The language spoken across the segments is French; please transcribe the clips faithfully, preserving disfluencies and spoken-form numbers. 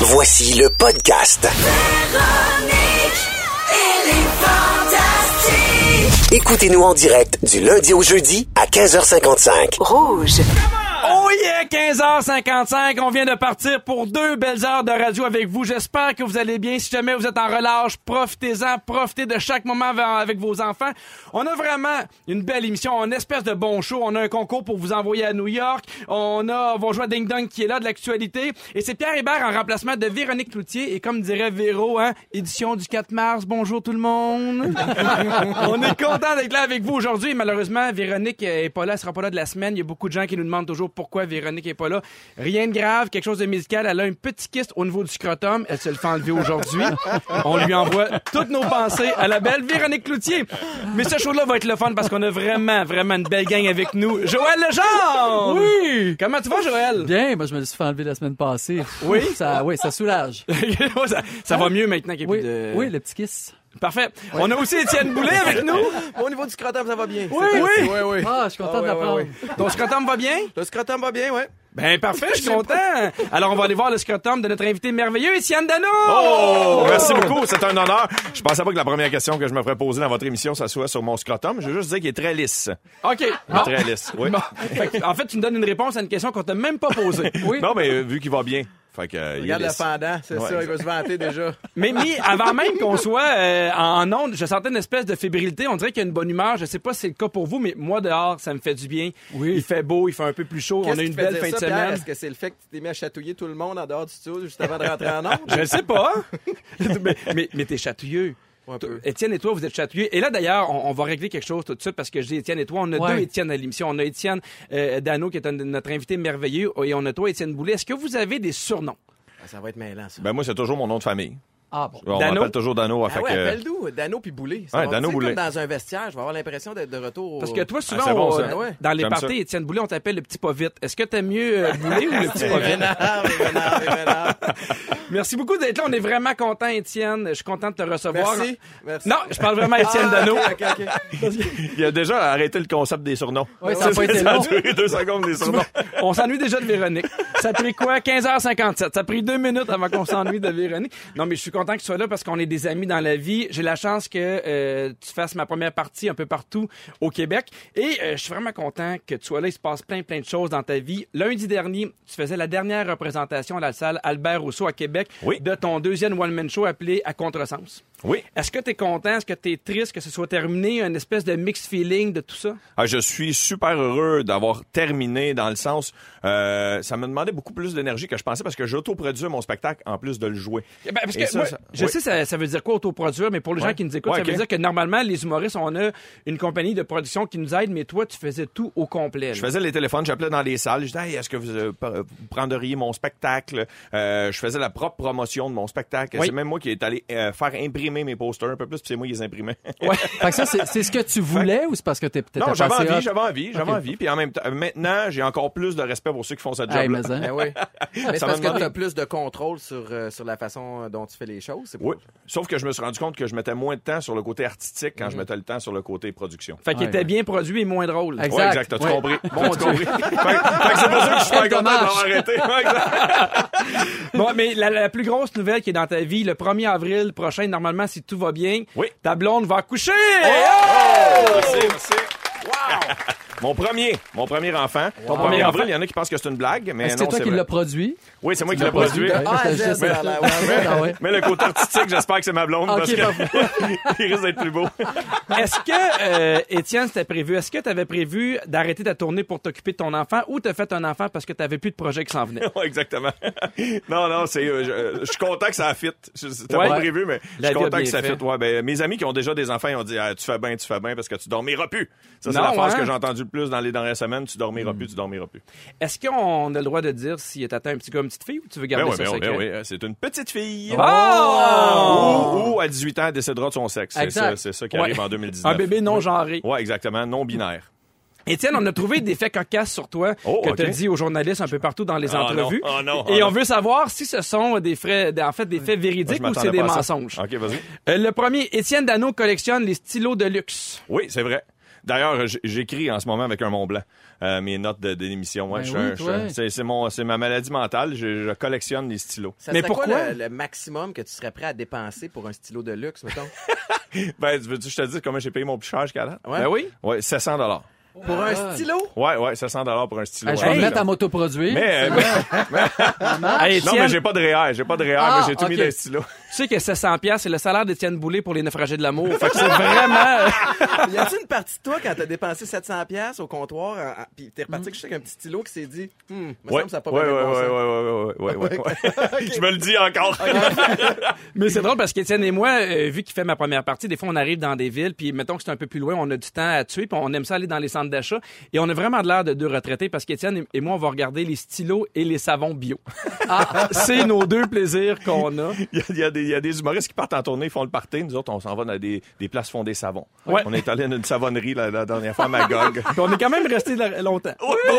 Voici le podcast. Véronique, elle est fantastique. Écoutez-nous en direct du lundi au jeudi à quinze heures cinquante-cinq. Rouge. Oh yeah, quinze heures cinquante-cinq, on vient de partir pour deux belles heures de radio avec vous. J'espère que vous allez bien. Si jamais vous êtes en relâche, profitez-en, profitez de chaque moment avec vos enfants. On a vraiment une belle émission, une espèce de bon show. On a un concours pour vous envoyer à New York. On a, on va jouer à Ding Dong qui est là, de l'actualité. Et c'est Pierre Hébert en remplacement de Véronique Cloutier. Et comme dirait Véro, hein, édition du quatre mars. Bonjour tout le monde. On est content d'être là avec vous aujourd'hui. Malheureusement, Véronique est pas là, elle sera pas là de la semaine. Il y a beaucoup de gens qui nous demandent toujours pourquoi Véronique est pas là. Rien de grave, quelque chose de médical. Elle a un petit kyste au niveau du scrotum. Elle se le fait enlever aujourd'hui. On lui envoie toutes nos pensées à la belle Véronique Cloutier. Mais ce show-là va être le fun parce qu'on a vraiment, vraiment une belle gang avec nous. Joël Legendre! Oui! Comment tu vas, Joël? Bien, moi je me le suis fait enlever la semaine passée. Oui? Ça, oui, ça soulage. ça ça va mieux maintenant qu'il y a Oui, plus de... oui, le petit kiss. Parfait. On a aussi Étienne Boulay avec nous. Au niveau du scrotum, ça va bien. Oui, oui. oui, oui. Ah, je suis content Ah, de ouais, l'apprendre. ouais, Ton scrotum va bien? Le scrotum va bien, ouais. Ben parfait, je suis content. Alors on va aller voir le scrotum de notre invité merveilleux, Étienne Dano. Oh! Merci beaucoup, c'est un honneur. Je pensais pas que la première question que je me ferais poser dans votre émission, ça soit sur mon scrotum. Je veux juste dire qu'il est très lisse. OK. Il est Bon. très lisse, oui. Bon. Fait que, en fait, tu me donnes une réponse à une question qu'on t'a même pas posée. Oui. Non, mais euh, vu qu'il va bien, fait que, euh, il est Regarde le lisse. fendant, c'est Ouais. ça, il va se vanter déjà. Mais, mais avant même qu'on soit euh, en onde, je sentais une espèce de fébrilité. On dirait qu'il y a une bonne humeur. Je sais pas si c'est le cas pour vous, mais moi dehors, ça me fait du bien. Oui. Il fait beau, il fait un peu plus chaud. Qu'est-ce On a qui une te fait belle dire fin de ça, Pierre? semaine. Est-ce que c'est le fait que tu t'es mis à chatouiller tout le monde en dehors du studio juste avant de rentrer en onde? Je le sais pas. mais mais, mais t'es chatouilleux. Un peu. Étienne et toi, vous êtes chatouilleux. Et là, d'ailleurs, on, on va régler quelque chose tout de suite parce que je dis Étienne et toi. On a Ouais. deux Étienne à l'émission. On a Étienne euh, Dano, qui est un- notre invité merveilleux, et on a toi, Étienne Boulay. Est-ce que vous avez des surnoms? Ah, ça va être mêlant, ça. Ben moi, c'est toujours mon nom de famille. Ah bon. On Dano? m'appelle toujours Dano. Ah fait ouais, que... appelle-nous, Dano puis Boulay. Ça Ouais, va, Dano tu sais, Boulay. comme dans un vestiaire, je vais avoir l'impression d'être de retour. au- Parce que toi, souvent, Ah, c'est bon, on- ça. euh, Ouais. dans les J'aime parties, ça. Étienne Boulay, on t'appelle le petit pas vite. Est-ce que t'aimes mieux euh, Boulay ou le petit pas Il vite? m'énerve, il m'énerve, il m'énerve. Merci beaucoup d'être là. On est vraiment content, Étienne. Je suis content de te recevoir. Merci. Merci. Non, je parle vraiment à Étienne Ah, Dano. ok, ok, ok. Il a déjà arrêté le concept des surnoms. Oui, ça a pas été Ça a long. duré deux secondes, des surnoms. On s'ennuie déjà de Véronique. Ça a pris quoi? quinze heures cinquante-sept. Ça a pris deux minutes avant qu'on s'ennuie de Véronique. Non, mais je suis content que tu sois là parce qu'on est des amis dans la vie. J'ai la chance que euh, tu fasses ma première partie un peu partout au Québec. Et euh, je suis vraiment content que tu sois là. Il se passe plein, plein de choses dans ta vie. Lundi dernier, tu faisais la dernière représentation à la salle Albert Rousseau à Québec Oui. de ton deuxième one-man show appelé À Contresens. Oui. Est-ce que tu es content? Est-ce que tu es triste que ce soit terminé? Une espèce de mixed feeling de tout ça? Ah, je suis super heureux d'avoir terminé dans le sens, euh, ça me demandait beaucoup plus d'énergie que je pensais parce que j'autoproduis mon spectacle en plus de le jouer. Ben, parce Et que ça, moi, ça- je oui. sais ça, ça veut dire quoi autoproduire, mais pour les gens Ouais. qui nous écoutent, Ouais, ça veut ok. dire que normalement, les humoristes, on a une compagnie de production qui nous aide, mais toi, tu faisais tout au complet. Je là. faisais les téléphones, j'appelais dans les salles, je disais hey, est-ce que vous, euh, vous prendriez mon spectacle? Euh, je faisais la propre promotion de mon spectacle. Oui. C'est même moi qui est allé euh, faire imprimer mes posters un peu plus, puis c'est moi qui les imprimais. Ouais. Fait que ça, c'est, c'est ce que tu voulais ou c'est parce que t'es peut-être Non, j'avais passé envie, hot? j'avais envie, j'avais Ok. envie. Puis en même temps, maintenant, j'ai encore plus de respect pour ceux qui font cette Hey, job-là. mais, hein. Ben oui. Mais c'est Ça parce m'a que demandé- tu as plus de contrôle sur, euh, sur la façon dont tu fais les choses. C'est pour... Oui. Sauf que je me suis rendu compte que je mettais moins de temps sur le côté artistique quand je mettais le temps sur le côté production. Fait qu'il Ouais, était ouais. bien produit et moins drôle. Exact. Ouais, exact. T'as-tu Ouais. compris? Bon T'as-tu Dieu. compris? fait, fait que c'est pour ça que je suis pas Quel content dommage. d'avoir arrêté. Ouais, exact. Bon, mais la, la plus grosse nouvelle qui est dans ta vie, le premier avril prochain, normalement, si tout va bien, Oui. ta blonde va accoucher! Oh! Merci, merci. Wow! Mon premier, mon premier enfant. Ton premier premier enfant. avril, il y en a qui pensent que c'est une blague, mais Est-ce que non, c'est toi c'est qui vrai. l'as produit? Oui, c'est moi qui Tu l'ai l'as produit? produit. Ah, Ouais, Z, je sais. ça a l'air- ouais, Ah ouais. Mais le côté artistique, j'espère que c'est ma blonde Ok, parce que parfait. il risque d'être plus beau. Est-ce que, euh, Étienne, c'était prévu? Est-ce que tu avais prévu d'arrêter ta tournée pour t'occuper de ton enfant ou t'as fait un enfant parce que t'avais plus de projet qui s'en venait? Ouais, exactement. Non, non, c'est, euh, je, euh, je suis content que ça a fit. Je- C'était Ouais. pas prévu, mais je La suis vie a content bien que ça fait. fit. Ouais, ben, mes amis qui ont déjà des enfants, ils ont dit, ah, tu fais bien, tu fais bien parce que tu dormiras plus. Ça, c'est Non, la phrase hein? que j'ai entendue le plus dans les dernières semaines. Tu dormiras plus, tu dormiras plus. Est-ce qu'on a le droit de dire si t'attends un petit gars ou une petite fille ou tu veux garder Ben oui, ça ben oui, secret? ben oui. Euh, C'est une petite fille. Oh! Ou, ou à dix-huit ans, elle décédera de son sexe. C'est Exact. ça, c'est ça qui Ouais. arrive en deux mille dix-neuf. Un bébé non genré. Ouais, exactement. Non-binaire. Étienne, on a trouvé des faits cocasses sur toi Oh, que ok. tu as dit aux journalistes un peu partout dans les Ah, entrevues. non. Ah, non. Ah, Et on non. veut savoir si ce sont des faits, en fait, des faits Moi, véridiques je ou c'est m'attendais des pas à ça. mensonges. OK, vas-y. Euh, le premier, Étienne Dano collectionne les stylos de luxe. Oui, c'est vrai. D'ailleurs, j- j'écris en ce moment avec un Mont Blanc euh, mes notes de, de l'émission. Ouais, Ben je suis oui, un- je suis toi. un- c'est, c'est, mon, c'est ma maladie mentale. Je, je collectionne les stylos. Ça Mais serait quoi pourquoi? le, le maximum que tu serais prêt à dépenser pour un stylo de luxe, mettons? Ben, veux-tu que je te dise comment j'ai payé mon plus cher jusqu'à là? Ouais. Ben oui. Ouais, sept cents dollars. Pour un stylo? Ouais, ouais, sept cents dollars pour un stylo. Hey, je vais Ouais. me mettre à m'autoproduire. Mais, euh, Hey, non, Étienne, mais j'ai pas de R E E R. J'ai pas de R E E R, Ah, mais j'ai tout mis ok. dans le stylo. tu sais que sept cents piastres, c'est le salaire d'Étienne Boulay pour les naufragés de l'amour. Fait que c'est vraiment... Y a-t-il une partie de toi quand t'as dépensé sept cents piastres au comptoir, en- en- pis t'es reparti avec un petit stylo qui s'est dit, hum, me Ouais, semble que ça a pas ouais, bien ouais, de bon ouais, sens. ouais, ouais, ouais, ouais, ouais, ouais. Je me le dis encore. Mais c'est drôle parce qu'Étienne et moi, euh, vu qu'il fait ma première partie, des fois on arrive dans des villes, puis mettons que c'est un peu plus loin, on a du temps à tuer, puis on aime ça aller dans les centres d'achat. Et on a vraiment de l'air de deux retraités parce qu'Étienne et- et moi, on va regarder les stylos et les savons bio. Ah, c'est nos deux plaisirs qu'on a. Il y, a, il, y a des, il y a des humoristes qui partent en tournée, ils font le party. Nous autres, on s'en va dans des, des places font des savons. Ouais. On est allé dans une savonnerie la, la dernière fois à Magog. Puis on est quand même resté là- longtemps.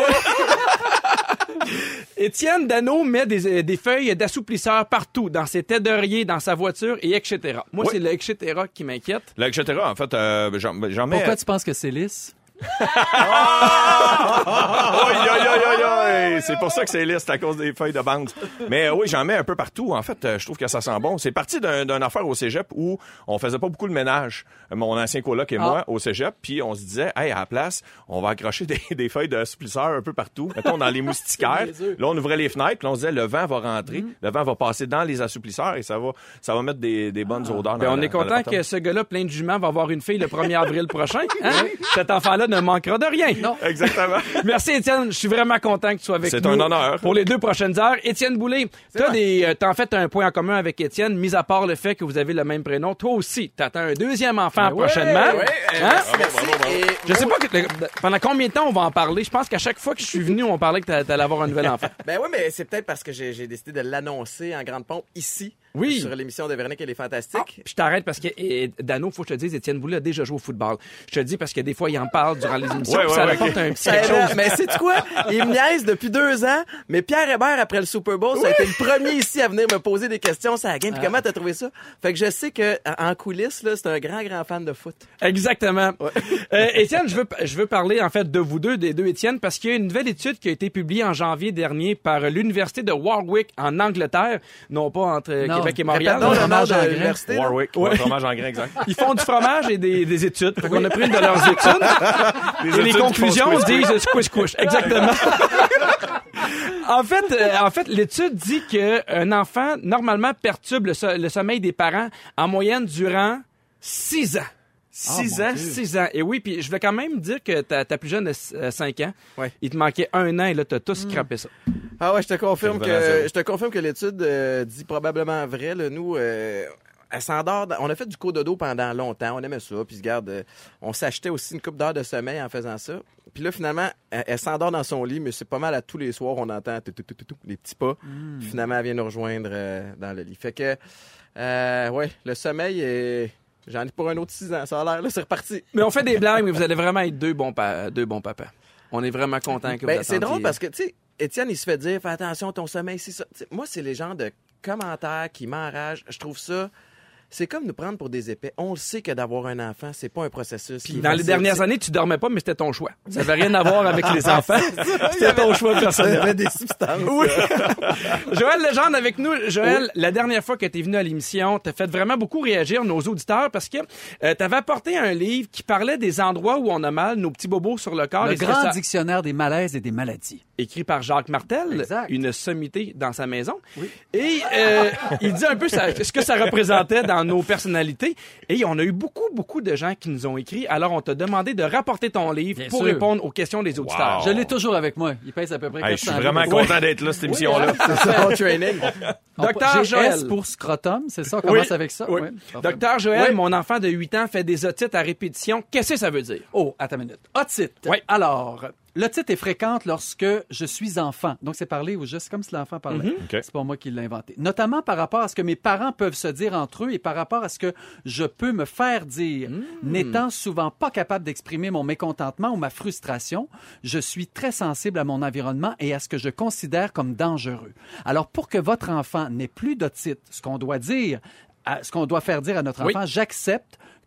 Étienne Dano met des, des feuilles d'assouplisseur partout, dans ses têtes d'oreiller, dans sa voiture, et et cetera. Moi, Oui. c'est le et cetera qui m'inquiète. Là, et cetera, en fait, euh, j'en, j'en mets... Pourquoi tu penses que c'est lisse? Aïe, aïe, aïe, aïe, aïe. C'est pour ça que c'est lisse, à cause des feuilles de bande. Mais euh, oui, j'en mets un peu partout. En fait, euh, je trouve que ça sent bon. C'est parti d'un, d'une affaire au cégep où on faisait pas beaucoup de ménage. Mon ancien coloc et moi, au cégep, puis on se disait, hey, à la place, on va accrocher des, des feuilles de supplisseur un peu partout. Mettons, dans les moustiquaires. Là, on ouvrait les fenêtres, puis on se disait, le vent va rentrer, le vent va passer dans les assouplisseurs et ça va, ça va mettre des, des bonnes odeurs. Ben, dans on la- est dans content l'appartement. que ce gars-là, plein de juments, va avoir une fille le premier avril prochain. Hein? Cet enfant-là ne manquera de rien. Non. Exactement. Merci, Étienne. Je suis vraiment content que tu sois avec C'est nous. un honneur. Pour les deux prochaines heures. Étienne Boulay, t'as des, euh, t'as en fait un point en commun avec Étienne, mis à part le fait que vous avez le même prénom. Toi aussi, t'attends un deuxième enfant Ben ouais, prochainement. Ouais, euh, Hein? merci, merci. Et Je sais moi- pas que- le- pendant combien de temps on va en parler. Je pense qu'à chaque fois que je suis venu, on parlait que t'a- t'allais avoir un nouvel enfant. Ben oui, mais c'est peut-être parce que j'ai j'ai décidé de l'annoncer en grande pompe ici. Oui. Sur l'émission de Véronique et les Fantastiques. Puis je t'arrête parce que, et, Dano, faut que je te dise, Étienne Boulay a déjà joué au football. Je te le dis parce que des fois, il en parle durant les émissions. Ouais, puis ouais, ça ouais, rapporte ok. un petit Ça quelque aide, chose. mais sais-tu quoi? Il me niaise depuis deux ans, mais Pierre Hébert, après le Super Bowl, ça a été le premier ici à venir me poser des questions sur la game. Puis comment t'as trouvé ça? Fait que je sais que en en coulisses, là, c'est un grand, grand fan de foot. Exactement. Euh, Étienne, je veux, je veux parler en fait de vous deux, des deux Étienne, parce qu'il y a une nouvelle étude qui a été publiée en janvier dernier par l'Université de Warwick en Angleterre, non pas entre Non. Québec et Montréal. Répète donc le nom fromage en de grains. l'université. là. Warwick. Ouais. Ouais, fromage en grain, exact. Ils font du fromage et des, des études. Fait qu'on a pris une de leurs études. Et les études qui font conclusions squish, squish. disent squish squish. Exactement. En fait, euh, en fait, l'étude dit que un enfant normalement perturbe le, so- le sommeil des parents en moyenne durant six ans. Six mon ans, Dieu. six ans. Et oui, puis je vais quand même dire que ta, ta plus jeune a euh, cinq ans. Ouais. Il te manquait un an et là, t'as tout scrappé ça. Ah ouais, je te confirme C'est le vrai à que zéro. je te confirme que l'étude euh, dit probablement vrai. Là, nous, euh, elle s'endort. dans- On a fait du cododo pendant longtemps. On aimait ça. Puis regarde, euh, on s'achetait aussi une coupe d'heures de sommeil en faisant ça. Puis là, finalement, elle, elle s'endort dans son lit, mais c'est pas mal à tous les soirs, on entend tout, tout, tout, tout, tout, les petits pas. Puis finalement, elle vient nous rejoindre euh, dans le lit. Fait que, euh, ouais, le sommeil est. J'en ai pour un autre six ans. Ça a l'air, là, c'est reparti. Mais on fait des blagues, mais vous allez vraiment être deux bons, pa- deux bons papas. On est vraiment contents que Ben, vous c'est attendiez. drôle parce que, tu sais, Étienne, il se fait dire, fais attention, ton sommeil, c'est ça. T'sais, moi, c'est les genres de commentaires qui m'enragent. Je trouve ça. C'est comme nous prendre pour des épais. On le sait que d'avoir un enfant, c'est pas un processus. qui est Dans les facile. dernières années, tu dormais pas, mais c'était ton choix. Ça n'avait rien à voir avec les enfants. C'était ton choix Il y personnel. avait des substances. Oui. Joël Legendre avec nous. Joël, la dernière fois que tu es venu à l'émission, t'as fait vraiment beaucoup réagir nos auditeurs parce que euh, t'avais apporté un livre qui parlait des endroits où on a mal, nos petits bobos sur le corps. Le Et ce que grand ça- dictionnaire des malaises et des maladies. écrit par Jacques Martel, Exact. une sommité dans sa maison. Et euh, il dit un peu ça- ce que ça représentait dans nos personnalités. Et on a eu beaucoup, beaucoup de gens qui nous ont écrit. Alors, on t'a demandé de rapporter ton livre Bien pour sûr. répondre aux questions des auditeurs. Wow. Je l'ai toujours avec moi. Il pèse à peu près Hey, quatre je cents suis vraiment livres. content d'être là, cette émission-là. C'est ça, mon training. On- Docteur j'ai Joël. S pour scrotum, c'est ça? On commence avec ça? Oui. Ouais. Parfait. Docteur Joël, Oui. mon enfant de huit ans fait des otites à répétition. Qu'est-ce que ça veut dire? Oh, attends une minute. Otite. Oui. Alors, l'otite est fréquente lorsque je suis enfant. Donc, c'est parler au juste comme si l'enfant parlait. Mhm. OK. C'est pas moi qui l'ai inventé. Notamment par rapport à ce que mes parents peuvent se dire entre eux et par rapport à ce que je peux me faire dire. Mm. N'étant souvent pas capable d'exprimer mon mécontentement ou ma frustration, je suis très sensible à mon environnement et à ce que je considère comme dangereux. Alors, pour que votre enfant n'ait plus d'otite, ce qu'on doit dire, à- ce qu'on doit faire dire à notre Oui. enfant, j'accepte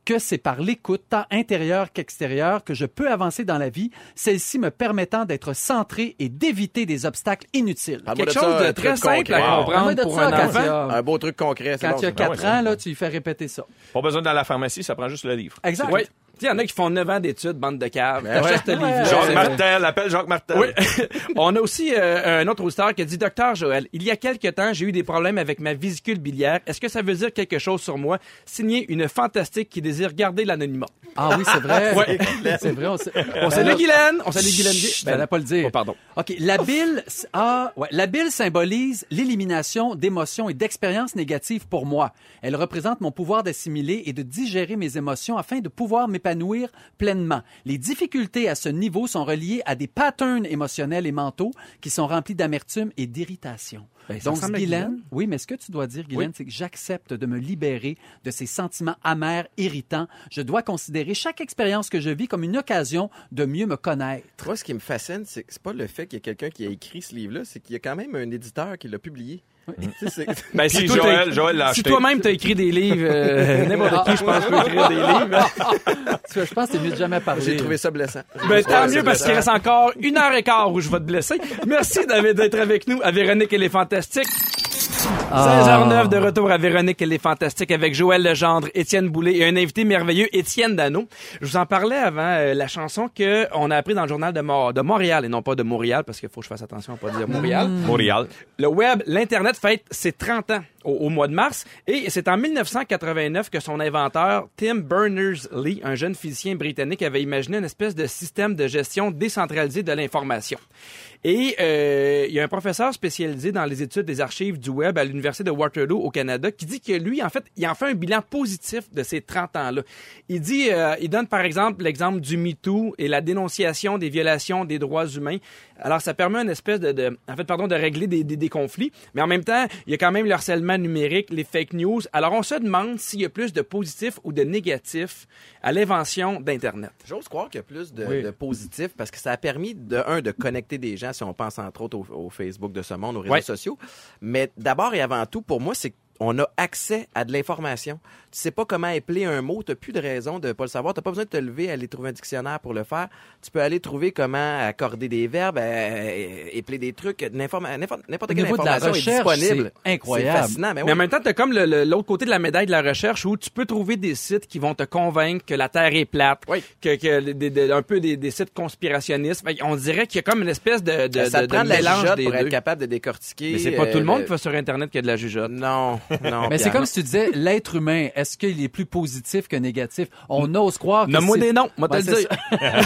que c'est par l'écoute, tant intérieure qu'extérieure, que je peux avancer dans la vie, celle-ci me permettant d'être centré et d'éviter des obstacles inutiles. Parle-moi Quelque de ça, chose de un très truc simple concret. à Wow. comprendre Parle-moi de pour ça, un quand enfant. il y a- Un beau truc concret, c'est Quand bon, il y a ça. quatre ouais, ça. ans, là, tu lui fais répéter ça. Pas besoin d'aller à la pharmacie, ça prend juste le livre. Exact. Oui. Il y en a qui font neuf ans d'études, bande de caves. Ben T'achètes ouais. ce livre-là. Jacques C'est- Martel, appelle Jacques Martel. Oui. On a aussi euh, un autre auditeur qui a dit « Docteur Joël, il y a quelque temps, j'ai eu des problèmes avec ma vésicule biliaire. Est-ce que ça veut dire quelque chose sur moi? Signé une fantastique qui désire garder l'anonymat. Ah oui, c'est vrai. Ouais. C'est vrai. On, sait- On salue Guylaine. On salue Guylaine. Chut, fallait pas le dire. Oh, pardon. OK. La bile, ah, ouais, la bile symbolise l'élimination d'émotions et d'expériences négatives pour moi. Elle représente mon pouvoir d'assimiler et de digérer mes émotions afin de pouvoir m'épanouir pleinement. Les difficultés à ce niveau sont reliées à des patterns émotionnels et mentaux qui sont remplis d'amertume et d'irritation. Ben, ça Donc, ressemble à Guylaine, Guylaine. oui, mais ce que tu dois dire, Guylaine, c'est que j'accepte de me libérer de ces sentiments amers, irritants. Je dois considérer chaque expérience que je vis comme une occasion de mieux me connaître. Moi, ce qui me fascine, c'est que c'est pas le fait qu'il y ait quelqu'un qui a écrit ce livre-là, c'est qu'il y a quand même un éditeur qui l'a publié. Tu sais, c'est- Ben, Puis toi, Joël- t'as- Joël l'a si acheté. toi-même t'as écrit des livres, euh, n'importe qui, je pense, peut écrire des livres. Tu vois, je pense que c'est mieux de jamais parler. J'ai trouvé ça blessant. Ben, tant Ouais, mieux c'est parce qu'il blessant. reste encore une heure et quart où je vais te blesser. Merci, David, d'être avec nous à Véronique et les Fantastiques. seize heures neuf de retour à Véronique et les Fantastiques avec Joël Legendre, Étienne Boulay et un invité merveilleux, Étienne Dano. Je vous en parlais avant euh, la chanson que on a appris dans le journal de, Mo- de Montréal et non pas de Montréal parce qu'il faut que je fasse attention à pas dire Montréal. Montréal. Le web, l'Internet fête ses trente ans au, au mois de mars et c'est en dix-neuf cent quatre-vingt-neuf que son inventeur, Tim Berners-Lee, un jeune physicien britannique, avait imaginé une espèce de système de gestion décentralisé de l'information. Et euh, il y a un professeur spécialisé dans les études des archives du web à l'Université de Waterloo au Canada qui dit que lui, en fait, il en fait un bilan positif de ces trente ans-là. Il dit, euh, il donne par exemple l'exemple du MeToo et la dénonciation des violations des droits humains. Alors, ça permet une espèce de, de en fait, pardon, de régler des, des, des conflits. Mais en même temps, il y a quand même le harcèlement numérique, les fake news. Alors, on se demande s'il y a plus de positifs ou de négatifs à l'invention d'Internet. J'ose croire qu'il y a plus de, Oui. de positifs parce que ça a permis, de un, de connecter des gens, si on pense entre autres au, au Facebook de ce monde, aux réseaux Ouais. sociaux. Mais d'abord et avant tout, pour moi, c'est qu'on a accès à de l'information. Tu sais pas comment épeler un mot, tu n'as plus de raison de pas le savoir. Tu n'as pas besoin de te lever, aller trouver un dictionnaire pour le faire. Tu peux aller trouver comment accorder des verbes, euh, épeler des trucs. N'importe n'importe Au quelle niveau de la information est recherche, disponible. c'est incroyable. C'est fascinant. Mais Mais en oui. même temps, tu as comme le- le- l'autre côté de la médaille de la recherche où tu peux trouver des sites qui vont te convaincre que la Terre est plate, Oui. que, que des- des- un peu des, des sites conspirationnistes. Fait qu'on dirait qu'il y a comme une espèce de, de, ça de, te prend de de la mélange jugeote des pour deux. être capable de décortiquer. Mais c'est pas tout le euh, monde qui va sur Internet qui a de la jugeote. Non, non. Mais c'est Pierre. comme si tu disais, l'être humain, est-ce qu'il est plus positif que négatif? On ose croire que Nomme-moi c'est- des noms, moi te Ouais, le c'est dire.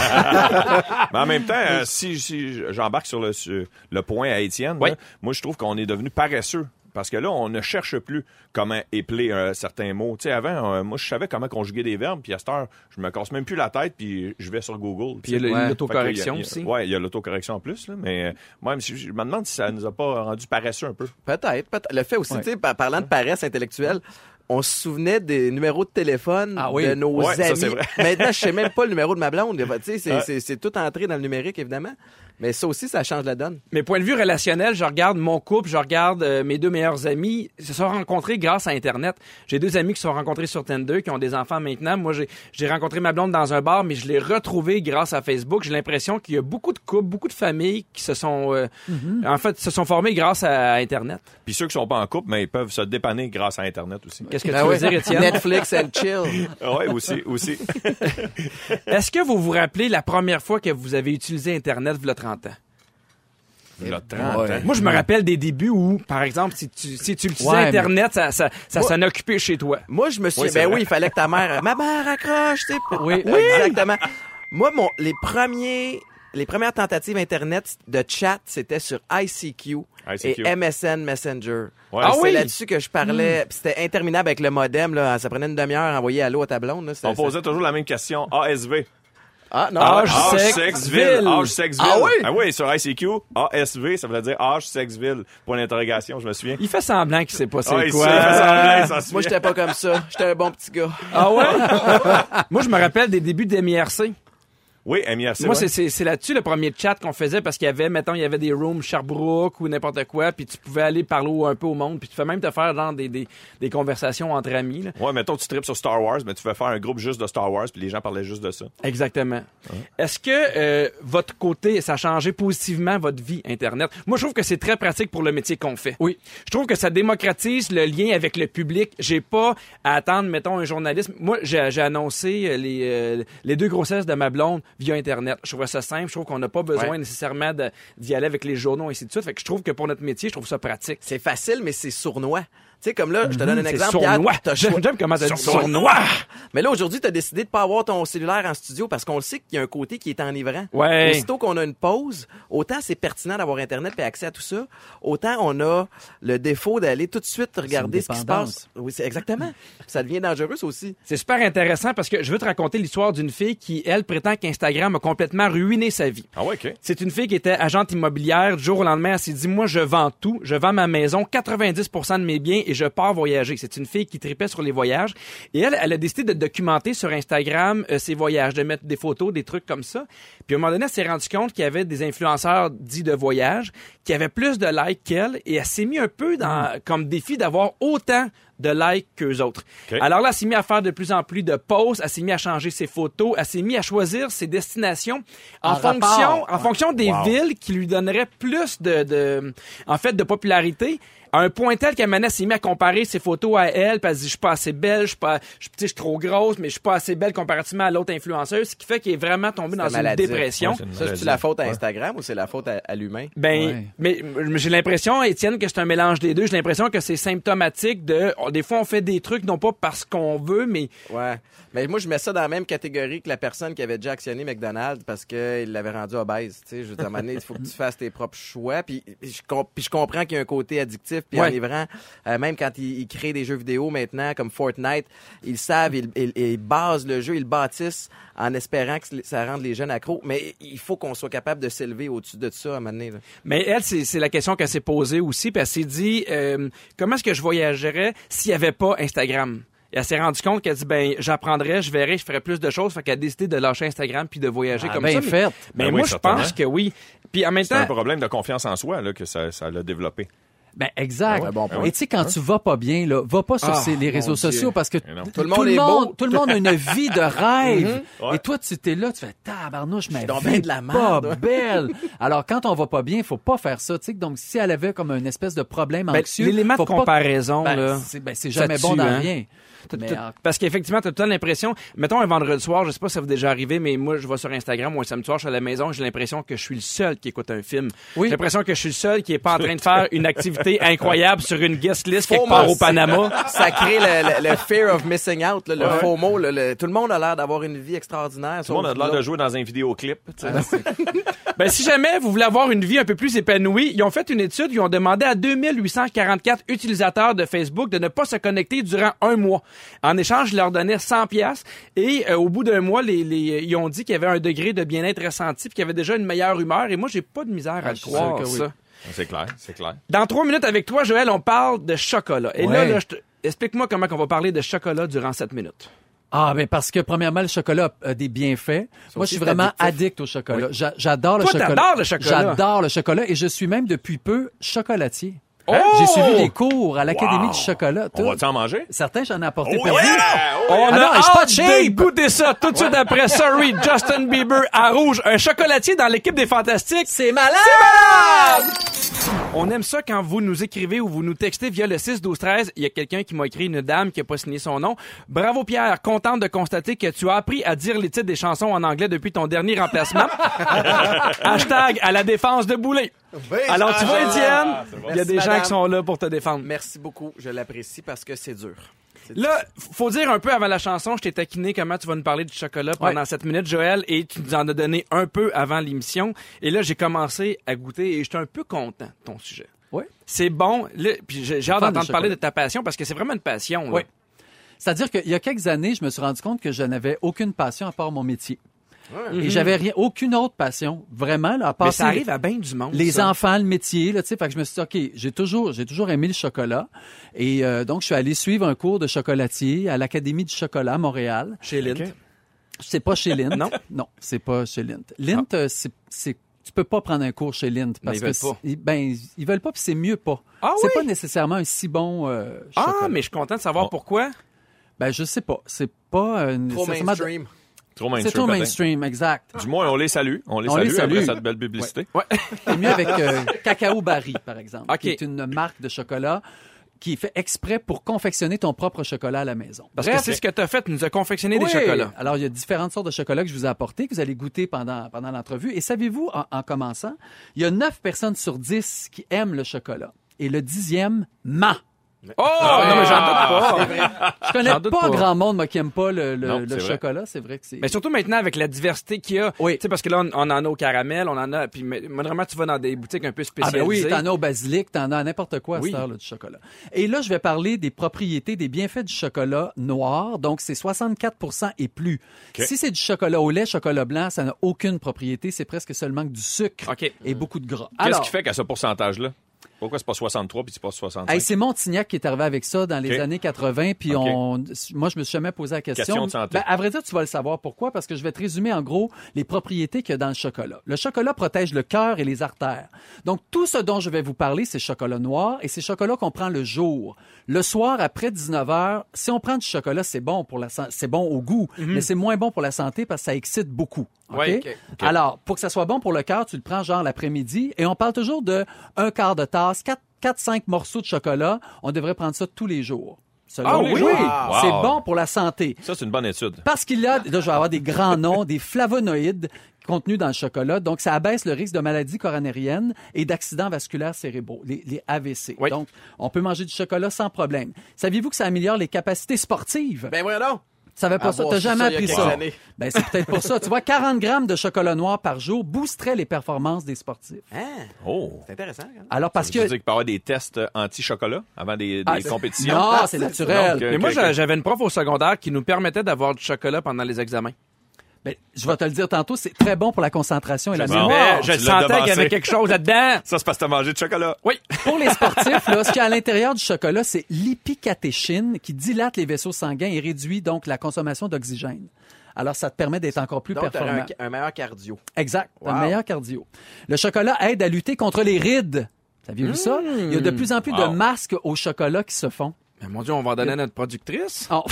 Mais en même temps, euh, si, si j'embarque sur le, sur le point à Étienne, Oui. là, moi, je trouve qu'on est devenu paresseux. Parce que là, on ne cherche plus comment épeler un certain mot. Tu sais, avant, euh, moi, je savais comment conjuguer des verbes, puis à cette heure, je me casse même plus la tête, puis je vais sur Google. Puis il y a le- Ouais. l'autocorrection Fait que il y a- il y a- aussi. Ouais, il y a l'autocorrection en plus, là, mais euh, moi, je, je me demande si ça nous a pas rendu paresseux un peu. Peut-être, peut-être. Le fait aussi, Ouais. tu sais, par- parlant de paresse intellectuelle, on se souvenait des numéros de téléphone Ah oui. de nos Ouais, ça, amis. c'est vrai. Maintenant, je sais même pas le numéro de ma blonde. Tu sais, c'est, Ouais. c'est, c'est tout entré dans le numérique, évidemment. Mais ça aussi, ça change la donne. Mais point de vue relationnel, je regarde mon couple, je regarde euh, mes deux meilleurs amis, ils se sont rencontrés grâce à Internet. J'ai deux amis qui se sont rencontrés sur Tinder, qui ont des enfants maintenant. Moi, j'ai, j'ai rencontré ma blonde dans un bar, mais je l'ai retrouvée grâce à Facebook. J'ai l'impression qu'il y a beaucoup de couples, beaucoup de familles qui se sont, euh, en fait, se sont formés grâce à Internet. Puis ceux qui sont pas en couple, mais ils peuvent se dépanner grâce à Internet aussi. Qu'est-ce que Ah tu veux ouais. dire, Étienne? Netflix and chill. Oui, aussi, aussi. Est-ce que vous vous rappelez la première fois que vous avez utilisé Internet, il y a trente ans? Il y a trente Ouais. ans. Moi, je me rappelle des débuts où, par exemple, si tu, si tu utilisais Ouais, Internet, ça, ça, ça Moi- s'en occupait chez toi. Moi, je me suis Oui, dit, c'est ben vrai. oui, il fallait que ta mère, ma mère accroche, tu sais. pour- Oui. Exactement. Moi, mon, les premiers, les premières tentatives Internet de chat, c'était sur I C Q, I C Q. et M S N Messenger. Ouais. Ah Et c'est oui? là-dessus que je parlais. Puis c'était interminable avec le modem, là. Ça prenait une demi-heure à envoyer allô à ta blonde, là. C'était- On posait toujours la même question. A S V. Ah, non. Âge, Ah, sexe, Sexville. ville. Âge, Sexville. Ah oui? Ah oui, sur I C Q, A S V, ça veut dire âge, Sexville. Point d'interrogation, je me souviens. Il fait semblant qu'il sait pas c'est Ah, il quoi. sait, il fait semblant, il s'en souvient. Moi, j'étais pas comme ça. J'étais un bon petit gars. Ah ouais? Moi, je me rappelle des débuts d'M I R C. Oui, M I R C. Moi, ouais. c'est, c'est, c'est là-dessus le premier chat qu'on faisait parce qu'il y avait, mettons, il y avait des rooms Sherbrooke ou n'importe quoi, puis tu pouvais aller parler au- un peu au monde, puis tu pouvais même te faire genre des, des, des conversations entre amis. Là. Ouais, mettons, tu tripes sur Star Wars, mais tu fais faire un groupe juste de Star Wars, puis les gens parlaient juste de ça. Exactement. Est-ce que euh, votre côté, ça a changé positivement votre vie Internet? Moi, je trouve que c'est très pratique pour le métier qu'on fait. Oui. Je trouve que ça démocratise le lien avec le public. J'ai pas à attendre, mettons, un journaliste. Moi, j'ai, j'ai annoncé euh, les, euh, les deux grossesses de ma blonde via Internet. Je trouve ça simple. Je trouve qu'on n'a pas besoin Ouais. nécessairement de, d'y aller avec les journaux et ainsi de suite. Fait que je trouve que pour notre métier, je trouve ça pratique. C'est facile, mais c'est sournois. Tu sais, comme là, je te donne un C'est exemple. sournois. Pierre, t'as J'aime, choi- j'aime comment t'as dit Sournois. sournois. Mais là, aujourd'hui, tu as décidé de pas avoir ton cellulaire en studio parce qu'on le sait qu'il y a un côté qui est enivrant. Ouais. Aussitôt qu'on a une pause, autant c'est pertinent d'avoir Internet et accès à tout ça, autant on a le défaut d'aller tout de suite regarder ce qui se dépendance. passe. Oui, c'est exactement. Ça devient dangereux, ça aussi. C'est super intéressant parce que je veux te raconter l'histoire d'une fille qui, elle, prétend qu'Instagram a complètement ruiné sa vie. Ah ouais, OK. C'est une fille qui était agente immobilière. Du jour au lendemain, elle s'est dit, moi, je vends tout. Je vends ma maison, quatre-vingt-dix pour cent de mes biens et je pars voyager. C'est une fille qui tripait sur les voyages. Et elle, elle a décidé de documenter sur Instagram euh, ses voyages, de mettre des photos, des trucs comme ça. Puis à un moment donné, elle s'est rendue compte qu'il y avait des influenceurs dits de voyage qui avaient plus de likes qu'elle et elle s'est mis un peu dans, comme défi d'avoir autant de likes qu'eux autres. OK. Alors là, elle s'est mis à faire de plus en plus de posts, elle s'est mis à changer ses photos, elle s'est mis à choisir ses destinations en, En fonction, rapport. en fonction des Wow. villes qui lui donneraient plus de, de, en fait, de popularité. À un point tel qu'Amanda s'est mis à comparer ses photos à elle, puis elle se dit, je suis pas assez belle, je suis pas, je, tu sais, je suis trop grosse, mais je suis pas assez belle comparativement à l'autre influenceuse, ce qui fait qu'il est vraiment tombé dans C'est une maladif. dépression. Ouais, c'est une Ça, c'est maladie. la faute à Ouais. Instagram ou c'est la faute à, à l'humain? Ben, Ouais. mais, mais j'ai l'impression, Étienne, que c'est un mélange des deux. J'ai l'impression que c'est symptomatique de, oh, des fois, on fait des trucs, non pas parce qu'on veut, mais Ouais. Mais moi, je mets ça dans la même catégorie que la personne qui avait déjà actionné McDonald's parce qu'il l'avait rendu obèse. Tu sais, je veux dire, à un moment donné, il faut que tu fasses tes propres choix. Puis je, com- puis je comprends qu'il y a un côté addictif puis Ouais. enivrant. Euh, même quand ils, ils créent des jeux vidéo maintenant, comme Fortnite, ils savent, ils, ils, ils basent le jeu, ils le bâtissent en espérant que ça rende les jeunes accros. Mais il faut qu'on soit capable de s'élever au-dessus de ça à un moment donné, là. Mais elle, c'est, c'est la question qu'elle s'est posée aussi. Puis elle s'est dit, euh, comment est-ce que je voyagerais s'il n'y avait pas Instagram? Et elle s'est rendue compte qu'elle dit, ben, j'apprendrais, je verrais, je ferais plus de choses. Fait qu'elle a décidé de lâcher Instagram puis de voyager Ah, comme bien ça. Mais- fait. Mais, Ben moi, oui, je certainement. pense que oui. Puis en même C'est temps, un problème de confiance en soi là, que ça, ça l'a développé. Ben exact. Ah ouais, bon point. Et tu sais, quand tu vas pas bien, là, va pas sur Ah, ces- les mon réseaux Dieu. sociaux parce que Mais non. t- Tout le monde est beau. tout le monde a une vie de rêve. Ouais. Et toi, tu t'es là, tu fais tabarnouche, mais donc vie ben de la pas merde. belle. Alors quand on va pas bien, faut pas faire ça. Tu sais, donc si elle avait comme une espèce de problème ben, anxieux, l'élément de faut pas- comparaison, ben, là. c'est ben, c'est ça jamais tue, bon dans hein. rien. T'as- Mais, t'as- euh, Parce qu'effectivement, t'as tout le temps l'impression, mettons un vendredi soir, je sais pas si ça vous est déjà arrivé, mais moi, je vais sur Instagram ou un samedi soir, je suis à la maison, j'ai l'impression que je suis le seul qui écoute un film. Oui. J'ai l'impression que je suis le seul qui est pas en train de faire une activité incroyable sur une guest list quelque Faux part mot. au Panama. Ça crée le, le- le fear of missing out, là, le Ouais. faux mot. le- le- tout le monde a l'air d'avoir une vie extraordinaire. Tout le monde a l'air de jouer dans un vidéoclip. tu sais. Ben, si jamais vous voulez avoir une vie un peu plus épanouie, ils ont fait une étude, ils ont demandé à deux mille huit cent quarante-quatre utilisateurs de Facebook de ne pas se connecter durant un mois. En échange, ils leur donnaient cent piastres et euh, au bout d'un mois, les, les, ils ont dit qu'il y avait un degré de bien-être ressenti puis qu'il y avait déjà une meilleure humeur et moi, j'ai pas de misère à Ah, le je suis croire, sûr que oui. ça. C'est clair, c'est clair. Dans trois minutes avec toi, Joël, on parle de chocolat. Et là, Ouais. là, je te- explique-moi comment on va parler de chocolat durant sept minutes. Ah, ben parce que premièrement, le chocolat a des bienfaits. Moi, je suis c'est vraiment addictif. addict au chocolat. J'a- J'adore le Toi, chocolat. t'adores le chocolat. J'adore le chocolat et je suis même depuis peu chocolatier. Oh! J'ai suivi des cours à l'Académie Wow! du chocolat. On tout. va-tu en manger? Certains, j'en ai apporté Oh, pour yeah! vous. Oh, On Ah a non, je suis pas hâte cheap. de goûter ça tout de suite après. Sorry, Justin Bieber à rouge. Un chocolatier dans l'équipe des Fantastiques. C'est malade! On aime ça quand vous nous écrivez ou vous nous textez via le six douze treize. Il y a quelqu'un qui m'a écrit, une dame qui a pas signé son nom. Bravo Pierre, contente de constater que tu as appris à dire les titres des chansons en anglais depuis ton dernier remplacement. Hashtag à la défense de Boulay. Alors tu vois Étienne, il y a Merci, des gens madame. qui sont là pour te défendre. Merci beaucoup. Je l'apprécie parce que c'est dur. C'est Là, faut dire un peu avant la chanson, je t'ai taquiné comment tu vas nous parler du chocolat pendant Ouais. sept minutes, Joël, et tu nous en as donné un peu avant l'émission. Et là, j'ai commencé à goûter et j'étais un peu content de ton sujet. Oui. C'est bon. Là, puis j'ai j'ai hâte fan de d'entendre parler chocolat. de ta passion parce que c'est vraiment une passion. Là. Oui. C'est-à-dire qu'il y a quelques années, je me suis rendu compte que je n'avais aucune passion à part mon métier. Et j'avais rien, aucune autre passion, vraiment, là, à part Mais ça arrive à bien du monde. les ça. enfants, le métier, là, tu sais. Fait que je me suis dit, OK, j'ai toujours, j'ai toujours aimé le chocolat. Et euh, donc, je suis allé suivre un cours de chocolatier à l'Académie du chocolat à Montréal. Chez Lint. Ok. C'est pas chez Lindt. Non? Non, c'est pas chez Lindt. Lindt, euh, c'est, c'est, tu peux pas prendre un cours chez Lindt parce Mais ils que veulent pas. c'est- ben ils veulent pas puis c'est mieux pas. Ah c'est oui? pas nécessairement un si bon euh, Ah, chocolat. mais je suis content de savoir Bon. pourquoi. Ben je sais pas, c'est pas euh, Trop nécessairement- mainstream. Trop C'est mainstream, trop peut-être. mainstream, exact. Du moins, on les salue. On les On salue, les salue. après cette belle publicité. C'est mieux avec euh, Cacao Barry, par exemple, OK. qui est une marque de chocolat qui est fait exprès pour confectionner ton propre chocolat à la maison. Parce que c'est ce que tu as fait, tu nous as confectionné Oui. des chocolats. Alors, il y a différentes sortes de chocolats que je vous ai apportés, que vous allez goûter pendant, pendant l'entrevue. Et savez-vous, en, en commençant, il y a neuf personnes sur dix qui aiment le chocolat. Et le dixième ment. Oh, non, mais j'en doute pas. Je connais J'en doute pas, pas. grand monde moi, qui aime pas le, le, Non, le c'est vrai. chocolat. C'est vrai que c'est... Mais surtout maintenant, avec la diversité qu'il y a. Oui. Tu sais, parce que là, on, on en a au caramel, on en a. Puis, mais, mais vraiment, tu vas dans des boutiques un peu Ah ben spécialisées. oui, t'en as au basilic, t'en as à n'importe quoi à Oui. cette heure-là du chocolat. Et là, je vais parler des propriétés, des bienfaits du chocolat noir. Donc, c'est soixante-quatre pour cent et plus. OK. Si c'est du chocolat au lait, chocolat blanc, ça n'a aucune propriété. C'est presque seulement que du sucre OK. et beaucoup de gras. Qu'est-ce Alors, qui fait qu'à ce pourcentage-là? Pourquoi c'est pas soixante-trois puis c'est pas soixante-cinq? hey, c'est Montignac qui est arrivé avec ça dans les OK. années quatre-vingts, puis OK. on, moi, je me suis jamais posé la question. Question de santé. Ben, à vrai dire, tu vas le savoir. Pourquoi? Parce que je vais te résumer en gros les propriétés qu'il y a dans le chocolat. Le chocolat protège le cœur et les artères. Donc, tout ce dont je vais vous parler, c'est chocolat noir et c'est chocolat qu'on prend le jour. Le soir, après dix-neuf heures, si on prend du chocolat, c'est bon pour la san- c'est bon au goût, mais c'est moins bon pour la santé parce que ça excite beaucoup. OK? Ouais, OK. OK. Alors, pour que ça soit bon pour le cœur, tu le prends genre l'après-midi et on parle toujours de un quart de tasse, quatre quatre cinq morceaux de chocolat. On devrait prendre ça tous les jours. Selon Ah les oui? jours. Wow. C'est bon pour la santé. Ça, c'est une bonne étude. Parce qu'il y a, là, je vais avoir des grands noms, des flavonoïdes contenus dans le chocolat. Donc, ça abaisse le risque de maladies coronariennes et d'accidents vasculaires cérébraux, les, les A V C. Oui. Donc, on peut manger du chocolat sans problème. Saviez-vous que ça améliore les capacités sportives? Ben voyons donc. Ça savais pas Ah, ça. bon, T'as c'est jamais ça, il y a appris quelques ça. années. Ben, c'est peut-être pour ça. Tu vois, quarante grammes de chocolat noir par jour boosterait les performances des sportifs. Hein? Oh! C'est intéressant. Quand même. Alors, parce Ça que... veut dire qu'il peut y avoir des tests euh, anti-chocolat avant des, des Ah, c'est- compétitions? Non, c'est naturel. Donc, euh, Mais moi, ok, j'a- ok. j'avais une prof au secondaire qui nous permettait d'avoir du chocolat pendant les examens. Ben, je vais te le dire tantôt, c'est très bon pour la concentration et la Bon. mémoire. Mais je tu l'as sentais qu'il y devancé. avait quelque chose là-dedans. Ça, c'est parce que t'as mangé du chocolat. Oui. Pour les sportifs, là, ce qu'il y a à l'intérieur du chocolat, c'est l'hypicatéchine qui dilate les vaisseaux sanguins et réduit donc la consommation d'oxygène. Alors, ça te permet d'être encore plus Donc, t'aurais performant. un, un meilleur cardio. Exact. T'as Wow. un meilleur cardio. Le chocolat aide à lutter contre les rides. Saviez-vous ça? Il y a de plus en plus Wow. de masques au chocolat qui se font. Mais mon Dieu, on va en donner à notre productrice. Oh.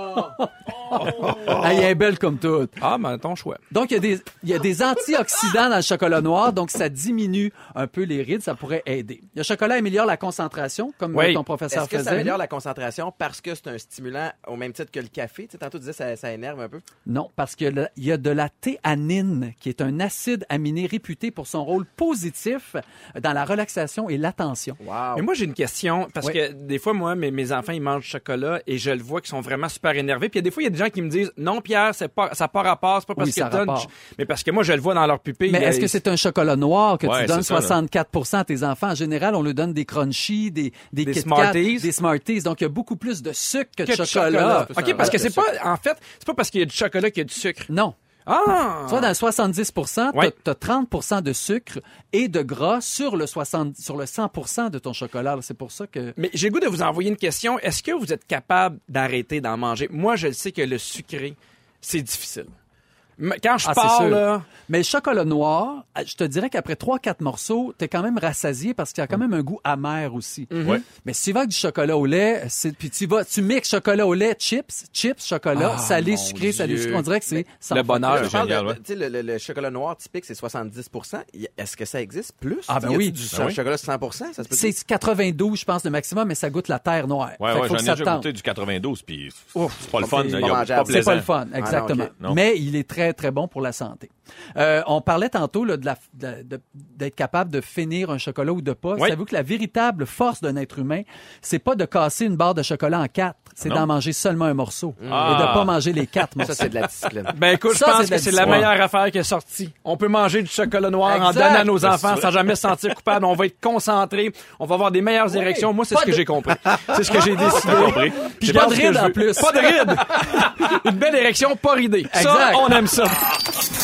Ah, elle est belle comme toute. Ah, ben, ton choix. Donc, il y a des, il y a des antioxydants dans le chocolat noir, donc ça diminue un peu les rides, ça pourrait aider. Le chocolat améliore la concentration, comme Oui. ton professeur Est-ce que faisait. ça améliore la concentration parce que c'est un stimulant au même titre que le café? Tu sais, tantôt, tu disais ça, ça énerve un peu. Non, parce qu'il y a- il y a de la théanine, qui est un acide aminé réputé pour son rôle positif dans la relaxation et l'attention. Wow. Mais moi, j'ai une question, parce Oui. que des fois, moi, mes, mes enfants, ils mangent du chocolat et je le vois qu'ils sont vraiment super énervés. Puis il y a des fois, il y a des gens qui me disent, non, Pierre, c'est pas, ça n'a pas rapport, c'est pas parce Oui, que ça tu donnes, rapporte. mais parce que moi, je le vois dans leur pupille. Mais euh, est-ce que c'est un chocolat noir que Ouais, tu donnes c'est ça, là. soixante-quatre pour cent à tes enfants? En général, on leur donne des crunchies, des, des, Des Kit Kat, Smarties. des Smarties. Donc, il y a beaucoup plus de sucre que, que de du chocolat. chocolat? OK, parce que c'est pas, en fait, c'est pas parce qu'il y a du chocolat qu'il y a du sucre. Non. Ah! Tu vois, dans le soixante-dix pour cent, Ouais. tu as trente pour cent de sucre et de gras sur le, soixante, sur le cent pour cent de ton chocolat. Alors, c'est pour ça que... Mais j'ai le goût de vous envoyer une question. Est-ce que vous êtes capable d'arrêter d'en manger? Moi, je le sais que le sucré, c'est difficile. Mais quand je Ah, c'est pars, sûr. là... Mais le chocolat noir, je te dirais qu'après trois quatre morceaux, t'es quand même rassasié parce qu'il y a quand même un goût amer aussi. Ouais. Mais si tu vas avec du chocolat au lait, c'est, puis tu vas, tu mixes chocolat au lait, chips, chips, chocolat, Ah, salé, mon sucré, salé, Dieu. sucré. On dirait que c'est sans Le fin. bonheur. Je parle génial, de- ouais. tu sais, le, le- le chocolat noir typique, c'est soixante-dix pour cent. Y- Est-ce que ça existe plus? Ah, ben Y a-t-il oui. du Ben oui. chocolat cent pour cent? Ça se peut C'est quatre-vingt-douze, je pense, le maximum, mais ça goûte la terre noire. Ouais, Fait qu'il ouais, faut j'en que ai ça déjà te tente. goûté du quatre-vingt-douze, puis Ouf, c'est pas le c'est fun. pas Il y a pas mangeable. plaisant. C'est pas le fun, non, exactement. ok. Non. Mais il est très, très bon pour la santé. Euh, on parlait tantôt là, de la, de- de- d'être capable de finir un chocolat ou de pas. Oui. Savez-vous que la véritable force d'un être humain, c'est pas de casser une barre de chocolat en quatre, c'est Non. d'en manger seulement un morceau Ah. et de pas manger les quatre Ça, morceaux. c'est de la discipline. Ben écoute, je Ça, pense c'est de la que c'est la discipline. meilleure affaire qui est sortie. On peut manger du chocolat noir en Exact. donnant à nos Ben, enfants c'est sans jamais se sentir coupable. On va être concentré. On va avoir des meilleures érections. Moi, c'est ce que j'ai compris. C'est ce que j'ai décidé. compris. Puis je Pas pense de que rides je en veux- plus. Pas de rides. Une belle érection, pas ridée. Ça, Exact. on aime ça.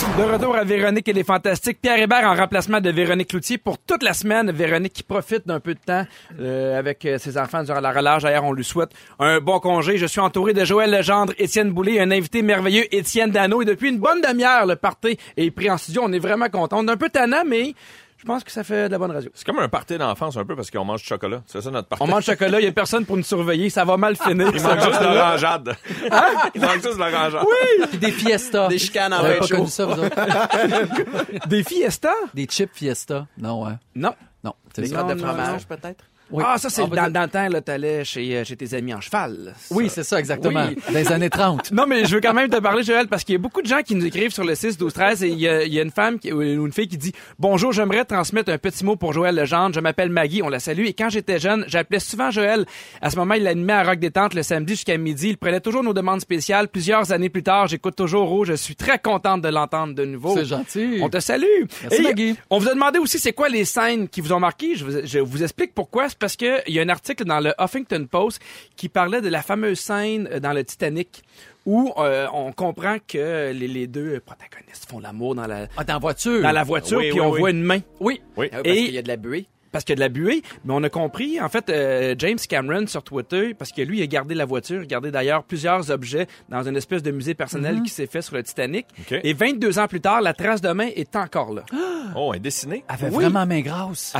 De retour à Véronique et les Fantastiques. Pierre Hébert en remplacement de Véronique Cloutier pour toute la semaine. Véronique qui profite d'un peu de temps euh, avec euh, ses enfants durant la relâche. D'ailleurs, on lui souhaite un bon congé. Je suis entouré de Joël Legendre, Étienne Boulay, un invité merveilleux, Étienne Dano. Et depuis une bonne demi-heure, le party est pris en studio. On est vraiment contents. On est un peu tannant, mais je pense que ça fait de la bonne radio. C'est comme un party d'enfance un peu parce qu'on mange du chocolat. C'est ça notre party. On mange du chocolat, il y a personne pour nous surveiller. Ça va mal finir. Il manque juste de l'orangeade. Hein? Il manque juste de l'orangeade. Oui! Puis des fiestas. Des chicanes en Vous avez vin pas chaud. connu ça, vous autres? Des fiestas? Des chips fiesta. Non, ouais. Non. Non. C'est Des ça. crottes de Non, non, fromage, peut-être? Oui. Ah, ça, c'est Ah, dans, peut-être- dans le temps, là, t'allais chez, euh, chez tes amis en cheval. Ça. Oui, c'est ça, exactement. Oui. Dans les années trente. Non, mais je veux quand même te parler, Joël, parce qu'il y a beaucoup de gens qui nous écrivent sur le six, douze, treize et il y a, il y a une femme qui, ou une fille qui dit « Bonjour, j'aimerais transmettre un petit mot pour Joël Legendre. Je m'appelle Maggie, on la salue. Et quand j'étais jeune, j'appelais souvent Joël. À ce moment, il animait à Rock Détente le samedi jusqu'à midi. Il prenait toujours nos demandes spéciales. Plusieurs années plus tard, j'écoute toujours Rouge. Je suis très contente de l'entendre de nouveau. C'est gentil. On te salue. Merci, Et Maggie. On vous a demandé aussi c'est quoi les scènes qui vous ont marqué. Je vous, je vous explique pourquoi. C'est parce que il y a un article dans le Huffington Post qui parlait de la fameuse scène dans le Titanic où euh, on comprend que les, les deux protagonistes font l'amour dans la, Ah, dans la voiture. dans la voiture, Oui, puis oui, on oui. voit une main. Oui. Oui. Ah oui, parce Et- qu'il y a de la buée. Parce qu'il y a de la buée, mais on a compris, en fait, euh, James Cameron sur Twitter, parce que lui, il a gardé la voiture, il a gardé d'ailleurs plusieurs objets dans une espèce de musée personnel qui s'est fait sur le Titanic. OK. Et vingt-deux ans plus tard, la trace de main est encore là. Oh, un dessiné. Elle avait Oui. vraiment main grasse.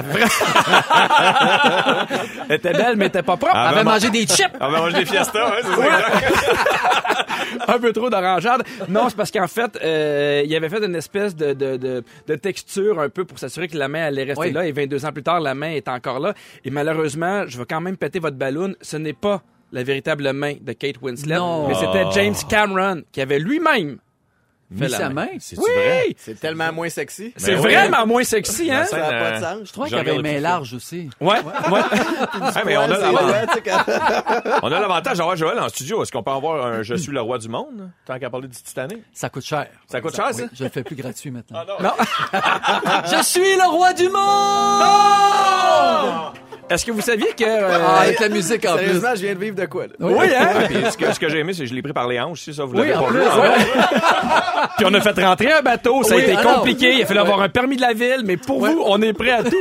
Elle était belle, mais elle était pas propre. Ah, Elle avait ben, mangé des chips. On va manger des fiestas, ouais, c'est ça. exact. Un peu trop d'orangeade. Non, c'est parce qu'en fait, euh, il avait fait une espèce de, de, de, de texture un peu pour s'assurer que la main allait rester Oui. là. Et vingt-deux ans plus tard, la main est encore là. Et malheureusement, je vais quand même péter votre ballon. Ce n'est pas la véritable main de Kate Winslet. Non. Mais c'était James Cameron qui avait lui-même fait Mis la sa main. main. C'est-tu Oui! vrai? C'est tellement moins sexy. C'est Ben oui. vraiment moins sexy, hein? Ça n'a pas de sens. Je trouvais Je qu'elle avait une regarde main plus large aussi. Ouais, ouais. Ah, mais on a Ouais, c'est l'avantage- vrai, tu sais, quand- on a l'avantage d'avoir Joël en studio. Est-ce qu'on peut avoir un Je suis le roi du monde, tant qu'à parler du Titanic? Ça coûte cher. Ça coûte cher, ça? Oui, je le fais plus gratuit maintenant. Non. Je suis le roi du monde! Est-ce que vous saviez que... euh, Ah, avec la musique en plus. Sérieusement, je viens de vivre de quoi, là? Oui, hein? Puis ce que, ce que j'ai aimé, c'est que je l'ai pris par les hanches, c'est ça, vous Oui, l'avez en pas plus, vu. ouais. Puis on a fait rentrer un bateau, ça Oui, a été ah non. compliqué, il a fallu Ouais. avoir un permis de la ville, mais pour Ouais. vous, on est prêt à tout.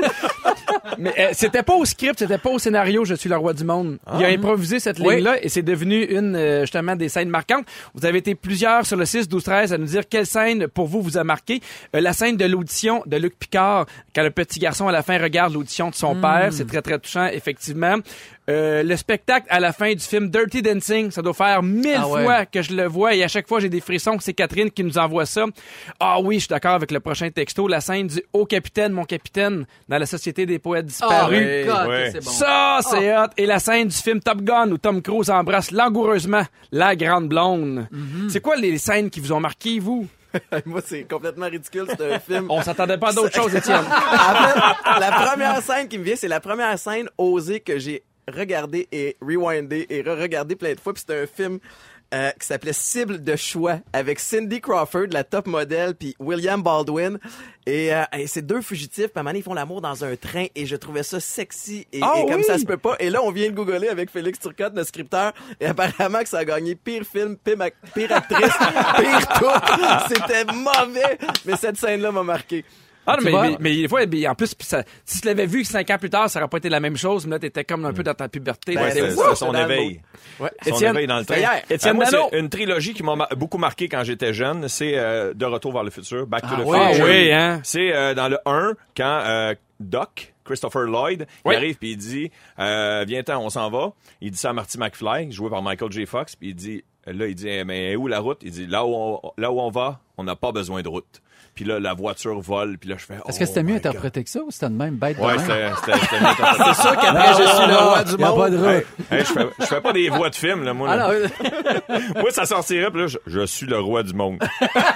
Mais euh, c'était pas au script, c'était pas au scénario Je suis le roi du monde. Il a improvisé cette Oui. ligne-là et c'est devenu une euh, justement des scènes marquantes. Vous avez été plusieurs sur le six, douze, treize à nous dire quelle scène pour vous vous a marqué. Euh, la scène de l'audition de Luc Picard, quand le petit garçon à la fin regarde l'audition de son père, c'est très très touchant effectivement. Euh, le spectacle à la fin du film Dirty Dancing, ça doit faire mille Ah ouais. fois que je le vois et à chaque fois j'ai des frissons. C'est Catherine qui nous envoie ça. Ah oui, je suis d'accord avec le prochain texto. La scène du « Oh capitaine, mon capitaine » dans la Société des poètes Oh, disparus. my God, Ouais. que c'est bon. Ça, c'est hot. Et la scène du film Top Gun où Tom Cruise embrasse langoureusement la grande blonde. C'est quoi les scènes qui vous ont marqué, vous? Moi, c'est complètement ridicule, c'est un film. On s'attendait pas à d'autres choses, Étienne. En fait, la première scène qui me vient, c'est la première scène osée que j'ai regardée et rewindée et re-regardée plein de fois. Puis c'est un film euh, qui s'appelait Cible de choix avec Cindy Crawford, la top modèle, puis William Baldwin. Et, euh, et c'est deux fugitifs, puis à un moment donné, ils font l'amour dans un train et je trouvais ça sexy et, Ah et comme oui! ça se peut pas. Et là, on vient de googler avec Félix Turcotte, notre scripteur, et apparemment que ça a gagné pire film, pire, ac- pire actrice, pire tout. C'était mauvais, mais cette scène-là m'a marqué. Ah, non, Tu mais, vois? mais, mais des fois, mais en plus, pis ça, si tu l'avais vu cinq ans plus tard, ça aurait pas été la même chose, mais là, t'étais comme un peu dans ta puberté. Ben, Ouais, T'étais- c'est Wouh! c'est son Dans le éveil. Ouais. Son Étienne, éveil dans le train. hier. Étienne Ah, moi, Dano. c'est une trilogie qui m'a ma- beaucoup marqué quand j'étais jeune. C'est euh, De Retour vers le futur, Back to Ah the oui. Future. Ah oui, hein? C'est euh, dans le un, quand euh, Doc, Christopher Lloyd, Oui. il arrive puis il dit euh, viens-t'en, on s'en va. Il dit ça à Marty McFly, joué par Michael J. Fox, puis il dit là, il dit eh, mais où la route? Il dit là où on, là où on va, on n'a pas besoin de route. Puis là, la voiture vole, puis là, je fais Est-ce oh que c'était mieux my God. interprété que ça ou c'était de même bête de Ouais, même? c'était c'était- c'était mieux interprété. C'est sûr qu'après, je suis le roi du Y a pas monde. de route. Hey, je, fais, je fais pas des voix de film, là, moi. Ah là. non, Moi, ça sortirait, puis là, je, je suis le roi du monde.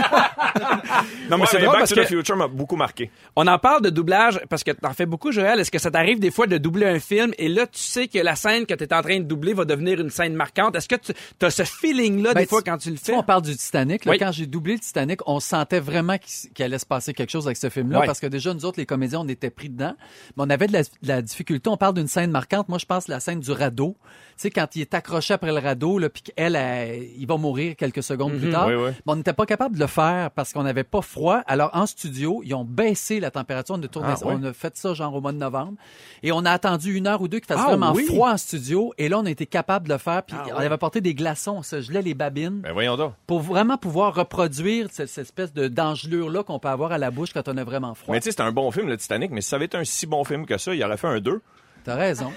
Non, mais Ouais, c'est mais drôle Back parce to the que Future m'a beaucoup marqué. on en parle de doublage parce que t'en fais beaucoup, Joël. Est-ce que ça t'arrive des fois de doubler un film et là, tu sais que la scène que t'es en train de doubler va devenir une scène marquante? Est-ce que tu as ce feeling feeling-là, Ben, des fois, tu- quand tu le Tu sais, fais. on parle du Titanic. Là, Oui. Quand j'ai doublé le Titanic, on sentait vraiment qu'il qu'il allait se passer quelque chose avec ce film-là Oui. parce que déjà, nous autres, les comédiens, on était pris dedans. Mais on avait de la, de la difficulté. On parle d'une scène marquante. Moi, je pense la scène du radeau. Tu sais, quand il est accroché après le radeau, là, puis qu'elle, elle, il va mourir quelques secondes plus tard. Oui, oui. Mais on n'était pas capable de le faire parce qu'on n'avait pas froid. Alors, en studio, ils ont baissé la température. On a, tourné, Ah, ouais. on a fait ça genre au mois de novembre. Et on a attendu une heure ou deux qu'il fasse Ah, vraiment oui. froid en studio. Et là, on a été capable de le faire. Puis Ah, on ouais. avait apporté des glaçons. On se gelait les babines Ben voyons donc. pour vraiment pouvoir reproduire cette, cette espèce de d'engelure-là qu'on peut avoir à la bouche quand on a vraiment froid. Mais tu sais, c'est un bon film, le Titanic, mais si ça avait été un si bon film que ça, il aurait fait un deux. T'as raison.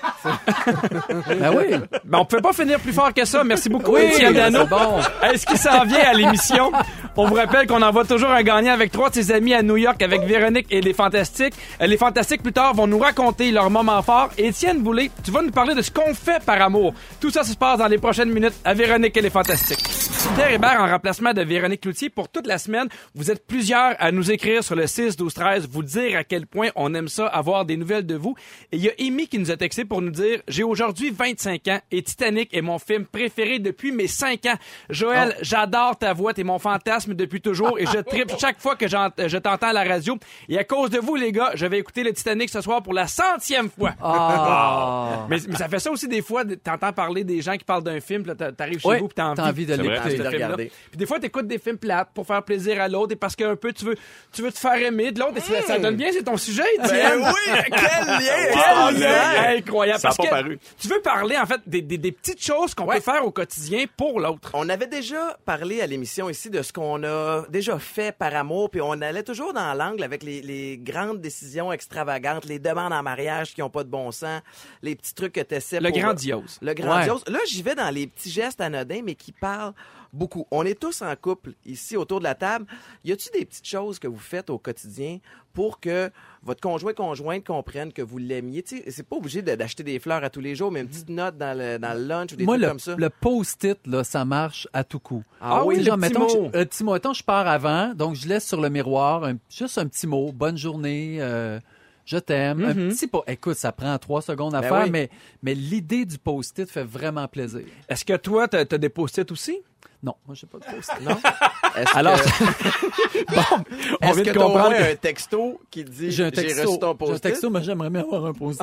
ben oui. Ben, on pouvait pas finir plus fort que ça. Merci beaucoup, Oui, Étienne Dano. c'est bon. Est-ce qu'il s'en vient à l'émission? On vous rappelle qu'on envoie toujours un gagnant avec trois de ses amis à New York avec Véronique et les Fantastiques. Euh, Les Fantastiques, plus tard, vont nous raconter leur moment fort. Étienne Boulay, tu vas nous parler de ce qu'on fait par amour. Tout ça, ça se passe dans les prochaines minutes à Véronique et les Fantastiques. Pierre Hébert en remplacement de Véronique Cloutier pour toute la semaine. Vous êtes plusieurs à nous écrire sur le six douze treize, vous dire à quel point on aime ça, avoir des nouvelles de vous. Et il y a Amy qui nous a texté pour nous dire « J'ai aujourd'hui vingt-cinq ans et Titanic est mon film préféré depuis mes cinq ans. Joël, j'adore ta voix, t'es mon fantasme depuis toujours et je tripe chaque fois que j'ent- je t'entends à la radio. Et à cause de vous, les gars, je vais écouter le Titanic ce soir pour la centième fois. Ah. Mais, mais ça fait ça aussi des fois, t'entends parler des gens qui parlent d'un film, puis là, t'a- t'arrives chez Ouais, vous, puis t'as t'as envie, envie de C'est vrai. l'écouter. de ce film-là. regarder. Puis des fois, t'écoutes des films plates pour faire plaisir à l'autre et parce qu'un peu, tu veux, tu veux te faire aimer de l'autre. Et ça, ça donne bien, c'est ton sujet, Étienne. Ben oui, quel lien! Quel Wow, lien incroyable. Ça a Parce pas que paru. tu veux parler, en fait, des, des, des petites choses qu'on peut faire au quotidien pour l'autre. On avait déjà parlé à l'émission ici de ce qu'on a déjà fait par amour, puis on allait toujours dans l'angle avec les, les grandes décisions extravagantes, les demandes en mariage qui ont pas de bon sens, les petits trucs que tu essaies Le pour... grandiose. Le grandiose. Là, j'y vais dans les petits gestes anodins, mais qui parlent beaucoup. On est tous en couple ici autour de la table. Y a-tu des petites choses que vous faites au quotidien pour que votre conjoint conjointe comprenne que vous l'aimiez? Tu sais, c'est pas obligé de- d'acheter des fleurs à tous les jours, mais une petite note dans le, dans le lunch ou des Moi, trucs le, comme ça. le post-it, là, ça marche à tout coup. Ah oui, Tu sais, le genre, petit mettons que mot. je- le petit mot. Mettons, je pars avant, donc je laisse sur le miroir un- juste un petit mot. Bonne journée, euh, je t'aime. Un petit pas. Écoute, ça prend trois secondes à Ben faire, oui. mais, mais l'idée du post-it fait vraiment plaisir. Est-ce que toi, t'as t'as des post-it aussi? Non, moi, j'ai pas de post-it. Non? Est-ce Alors, que, bon, on est-ce vient que de t'as au comprendre. moins que- un texto qui dit J'ai un j'ai texto. reçu ton J'ai un post-it? texto, mais j'aimerais bien avoir un post-it.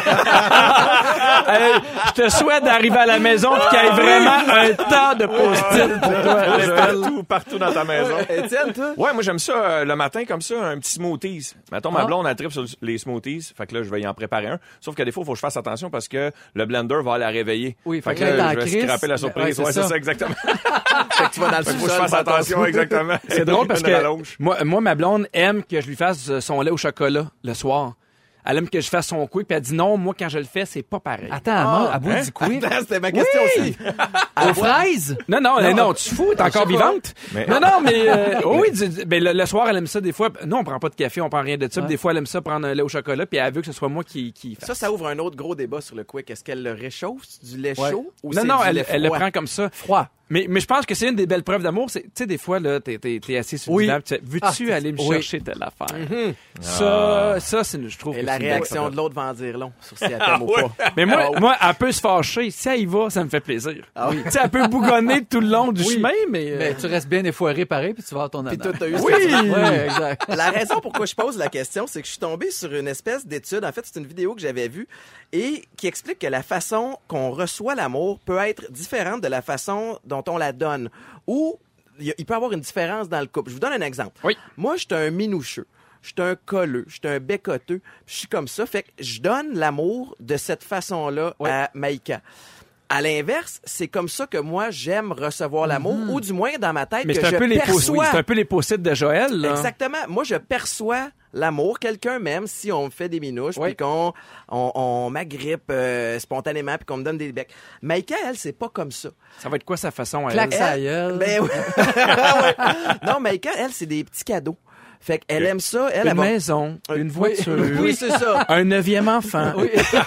Hey, je te souhaite d'arriver à la maison et qu'il y ait vraiment un tas de post-it pour toi, Ouais, Joël. partout, partout dans ta maison. Étienne, toi? Ouais, moi j'aime ça euh, le matin comme ça, un petit smoothies. Mettons, ma Ah. blonde elle tripe sur les smoothies, fait que là je vais y en préparer un. Sauf que des fois, il faut que je fasse attention parce que le blender va la réveiller. Oui, fait fait que que là, là, t'es en je vais crise. scraper la surprise. Ouais, Ouais, c'est c'est ça. ça exactement. Fait que tu vas dans le Fait que faut sous-sol. que je fasse faire ton attention smoothie. exactement. C'est drôle parce Une à la que longe. moi, moi, ma blonde aime que je lui fasse son lait au chocolat le soir. Elle aime que je fasse son quick, puis elle dit non, moi, quand je le fais, c'est pas pareil. Attends, elle mange- elle boit hein? du quick. Attends, c'était ma question aussi. Aux fraises? Non, non, non, non, tu fous, t'es encore je sais pas. vivante. Mais- Non, non, mais euh, oh oui, du- du- ben, le, le soir, elle aime ça des fois. Nous, on prend pas de café, on prend rien de ça. Ouais. Des fois, elle aime ça prendre un lait au chocolat, puis elle veut que ce soit moi qui, qui fasse. Ça, ça ouvre un autre gros débat sur le quick. Est-ce qu'elle le réchauffe? C'est du lait Ouais. chaud ou Non, c'est non, du elle, lait elle le froid? prend comme ça. Froid. Mais, mais je pense que c'est une des belles preuves d'amour. C'est- Tu sais, des fois, là, t'es, t'es, t'es assis sur le Oui. divan, puis tu sais, veux-tu Ah, aller me oui. chercher telle affaire? Ça, ça, c'est, je trouve Et que la c'est une belle réaction preuve. de l'autre va en dire long sur si elle t'aime ou pas. Mais moi, Ah, moi, elle peut se fâcher. Si elle y va, ça me fait plaisir. Ah oui. Tu sais, elle peut bougonner tout le long du Oui. chemin, mais... euh, Mais tu restes bien effoiré pareil, puis tu vas avoir ton Puis honneur. toi, t'as eu Oui! ce que tu veux. Ouais, exact. La raison pourquoi je pose la question, c'est que je suis tombé sur une espèce d'étude. En fait, c'est une vidéo que j'avais vue et qui explique que la façon qu'on reçoit l'amour peut être différente de la façon dont on la donne. Ou il y a- il peut y avoir une différence dans le couple. Je vous donne un exemple. Oui. Moi, je suis un minoucheux. Je suis un colleux, je suis un bécoteux, je suis comme ça. Fait que je donne l'amour de cette façon-là Oui. à Maïka. À l'inverse, c'est comme ça que moi, j'aime recevoir l'amour, ou du moins dans ma tête, mais que c'est un, je peu les post- perçois. c'est un peu les post-it de Joël, là. Exactement. Moi, je perçois l'amour. Quelqu'un m'aime si on me fait des minouches, Oui. puis qu'on on, on m'agrippe euh, spontanément, puis qu'on me donne des becs. Maïka, elle, c'est pas comme ça. Ça va être quoi sa façon, elle? Claque Elle- sa gueule. Ben oui. Ouais. Non, Maïka, elle, c'est des petits cadeaux. Fait qu'elle aime ça. Elle, Une elle va- maison, une voiture, Oui, c'est ça. un neuvième enfant. Oui.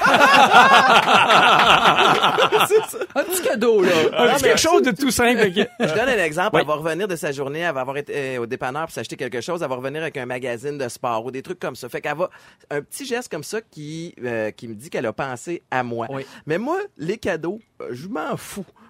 Un petit cadeau, là. Un petit quelque chose de tout simple. ok. Je donne un exemple. Oui. Elle va revenir de sa journée, elle va avoir été euh, au dépanneur pour s'acheter quelque chose, elle va revenir avec un magazine de sport ou des trucs comme ça. Fait qu'elle va un petit geste comme ça qui euh, qui me dit qu'elle a pensé à moi. Oui. Mais moi, les cadeaux, euh, je m'en fous.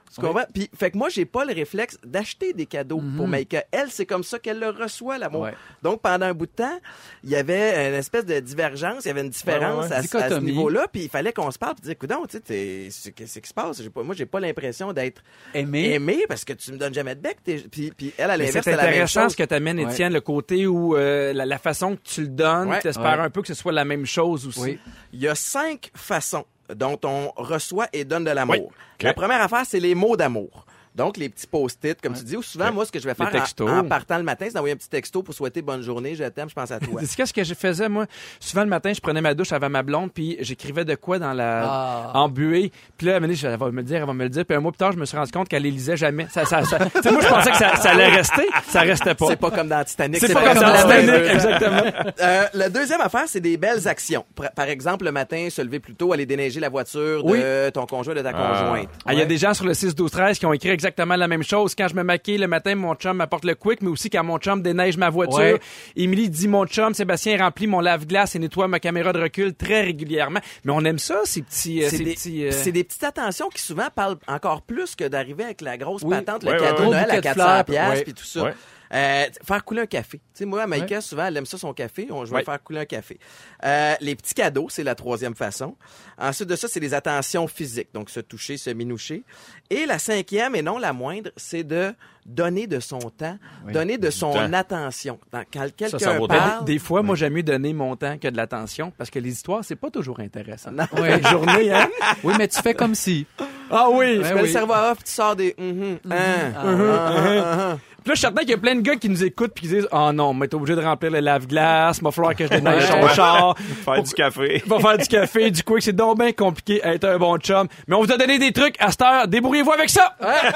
Tu comprends? Puis, fait que moi, j'ai pas le réflexe d'acheter des cadeaux Mm-hmm. pour Maïka. Elle, c'est comme ça qu'elle le reçoit, l'amour. Ouais. Donc, pendant un bout de temps, il y avait une espèce de divergence, il y avait une différence Ouais, ouais, ouais. à, à ce Dichotomie. niveau-là, puis il fallait qu'on se parle, puis dire, écoute, tu sais, t'es- c'est- qu'est-ce qui se passe? J'ai pas- moi, j'ai pas l'impression d'être Aimé. aimé parce que tu me donnes jamais de bec. T'es- Puis, puis elle, à Mais l'inverse, c'est c'est la même intéressant chose. ce que t'amènes, Ouais. Étienne, le côté où euh, la, la façon que tu le donnes, Ouais. t'espères Ouais. un peu que ce soit la même chose aussi. Oui. Il y a cinq façons dont on reçoit et donne de l'amour. Oui. OK. La première affaire, c'est les mots d'amour. Donc, les petits post-it, comme tu dis, ou souvent, moi, ce que je vais faire textos. en, en partant le matin, c'est d'envoyer un petit texto pour souhaiter bonne journée, je t'aime, je pense à toi. C'est ce que je faisais, moi. Souvent, le matin, je prenais ma douche avant ma blonde, puis j'écrivais de quoi dans la... Ah. en buée. Puis là, à un moment donné, elle va me le dire, elle va me le dire. Puis un mois plus tard, je me suis rendu compte qu'elle les lisait jamais. Ça, ça, ça... Tu sais, moi, je pensais que ça, ça allait rester. Ça restait pas. C'est pas comme dans Titanic. C'est c'est pas vrai, comme ça, dans la Titanic, même- exactement. Euh, la deuxième affaire, c'est des belles actions. Par, par exemple, le matin, se lever plus tôt, aller déneiger la voiture de Oui. ton conjoint, de ta Ah. conjointe. Ah, il y a des gens sur le six douze treize qui ont écrit exactement la même chose. Quand je me maquille le matin, mon chum m'apporte le quick, mais aussi quand mon chum déneige ma voiture. Ouais. Émilie dit, mon chum, Sébastien remplit mon lave-glace et nettoie ma caméra de recul très régulièrement. Mais on aime ça, ces petits... euh, C'est ces des, petits, euh, c'est des petites attentions qui souvent parlent encore plus que d'arriver avec la grosse Oui. patente, le Ouais, cadeau ouais, de ouais. Noël à Bouquet de quatre fleurs, cents piastres ouais. puis tout ça. Ouais. Euh, faire couler un café. Tu sais, moi, Maïka, souvent, elle aime ça, son café. On, je vais Ouais. faire couler un café. Euh, les petits cadeaux, c'est la troisième façon. Ensuite de ça, c'est les attentions physiques. Donc, se toucher, se minoucher. Et la cinquième, et non la moindre, c'est de donner de son temps, donner de son temps. attention. Dans- Quand Ça, quelqu'un ça vaut parle... Des fois, moi, j'aime mieux donner mon temps que de l'attention parce que les histoires, c'est pas toujours intéressant. Non. Oui. Une journée, hein? Oui, mais tu fais comme si. Ah oui! Tu Ouais, mets le oui. cerveau à off, puis tu sors des... mhm, hein, hein, hein, hein. Puis là, je suis certain qu'il y a plein de gars qui nous écoutent puis qui disent « Oh non, mais t'es obligé de remplir le lave-glace, il va falloir que je déneige son Ouais. char. Faire du café. Il va faire du café, du quick, c'est donc bien compliqué à être un bon chum. Mais on vous a donné des trucs à cette heure, débrouillez-vous avec ça!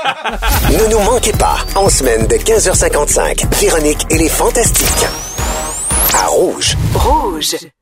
Ne nous manquez pas, en semaine de quinze heures cinquante-cinq, Véronique et les Fantastiques. À Rouge. Rouge.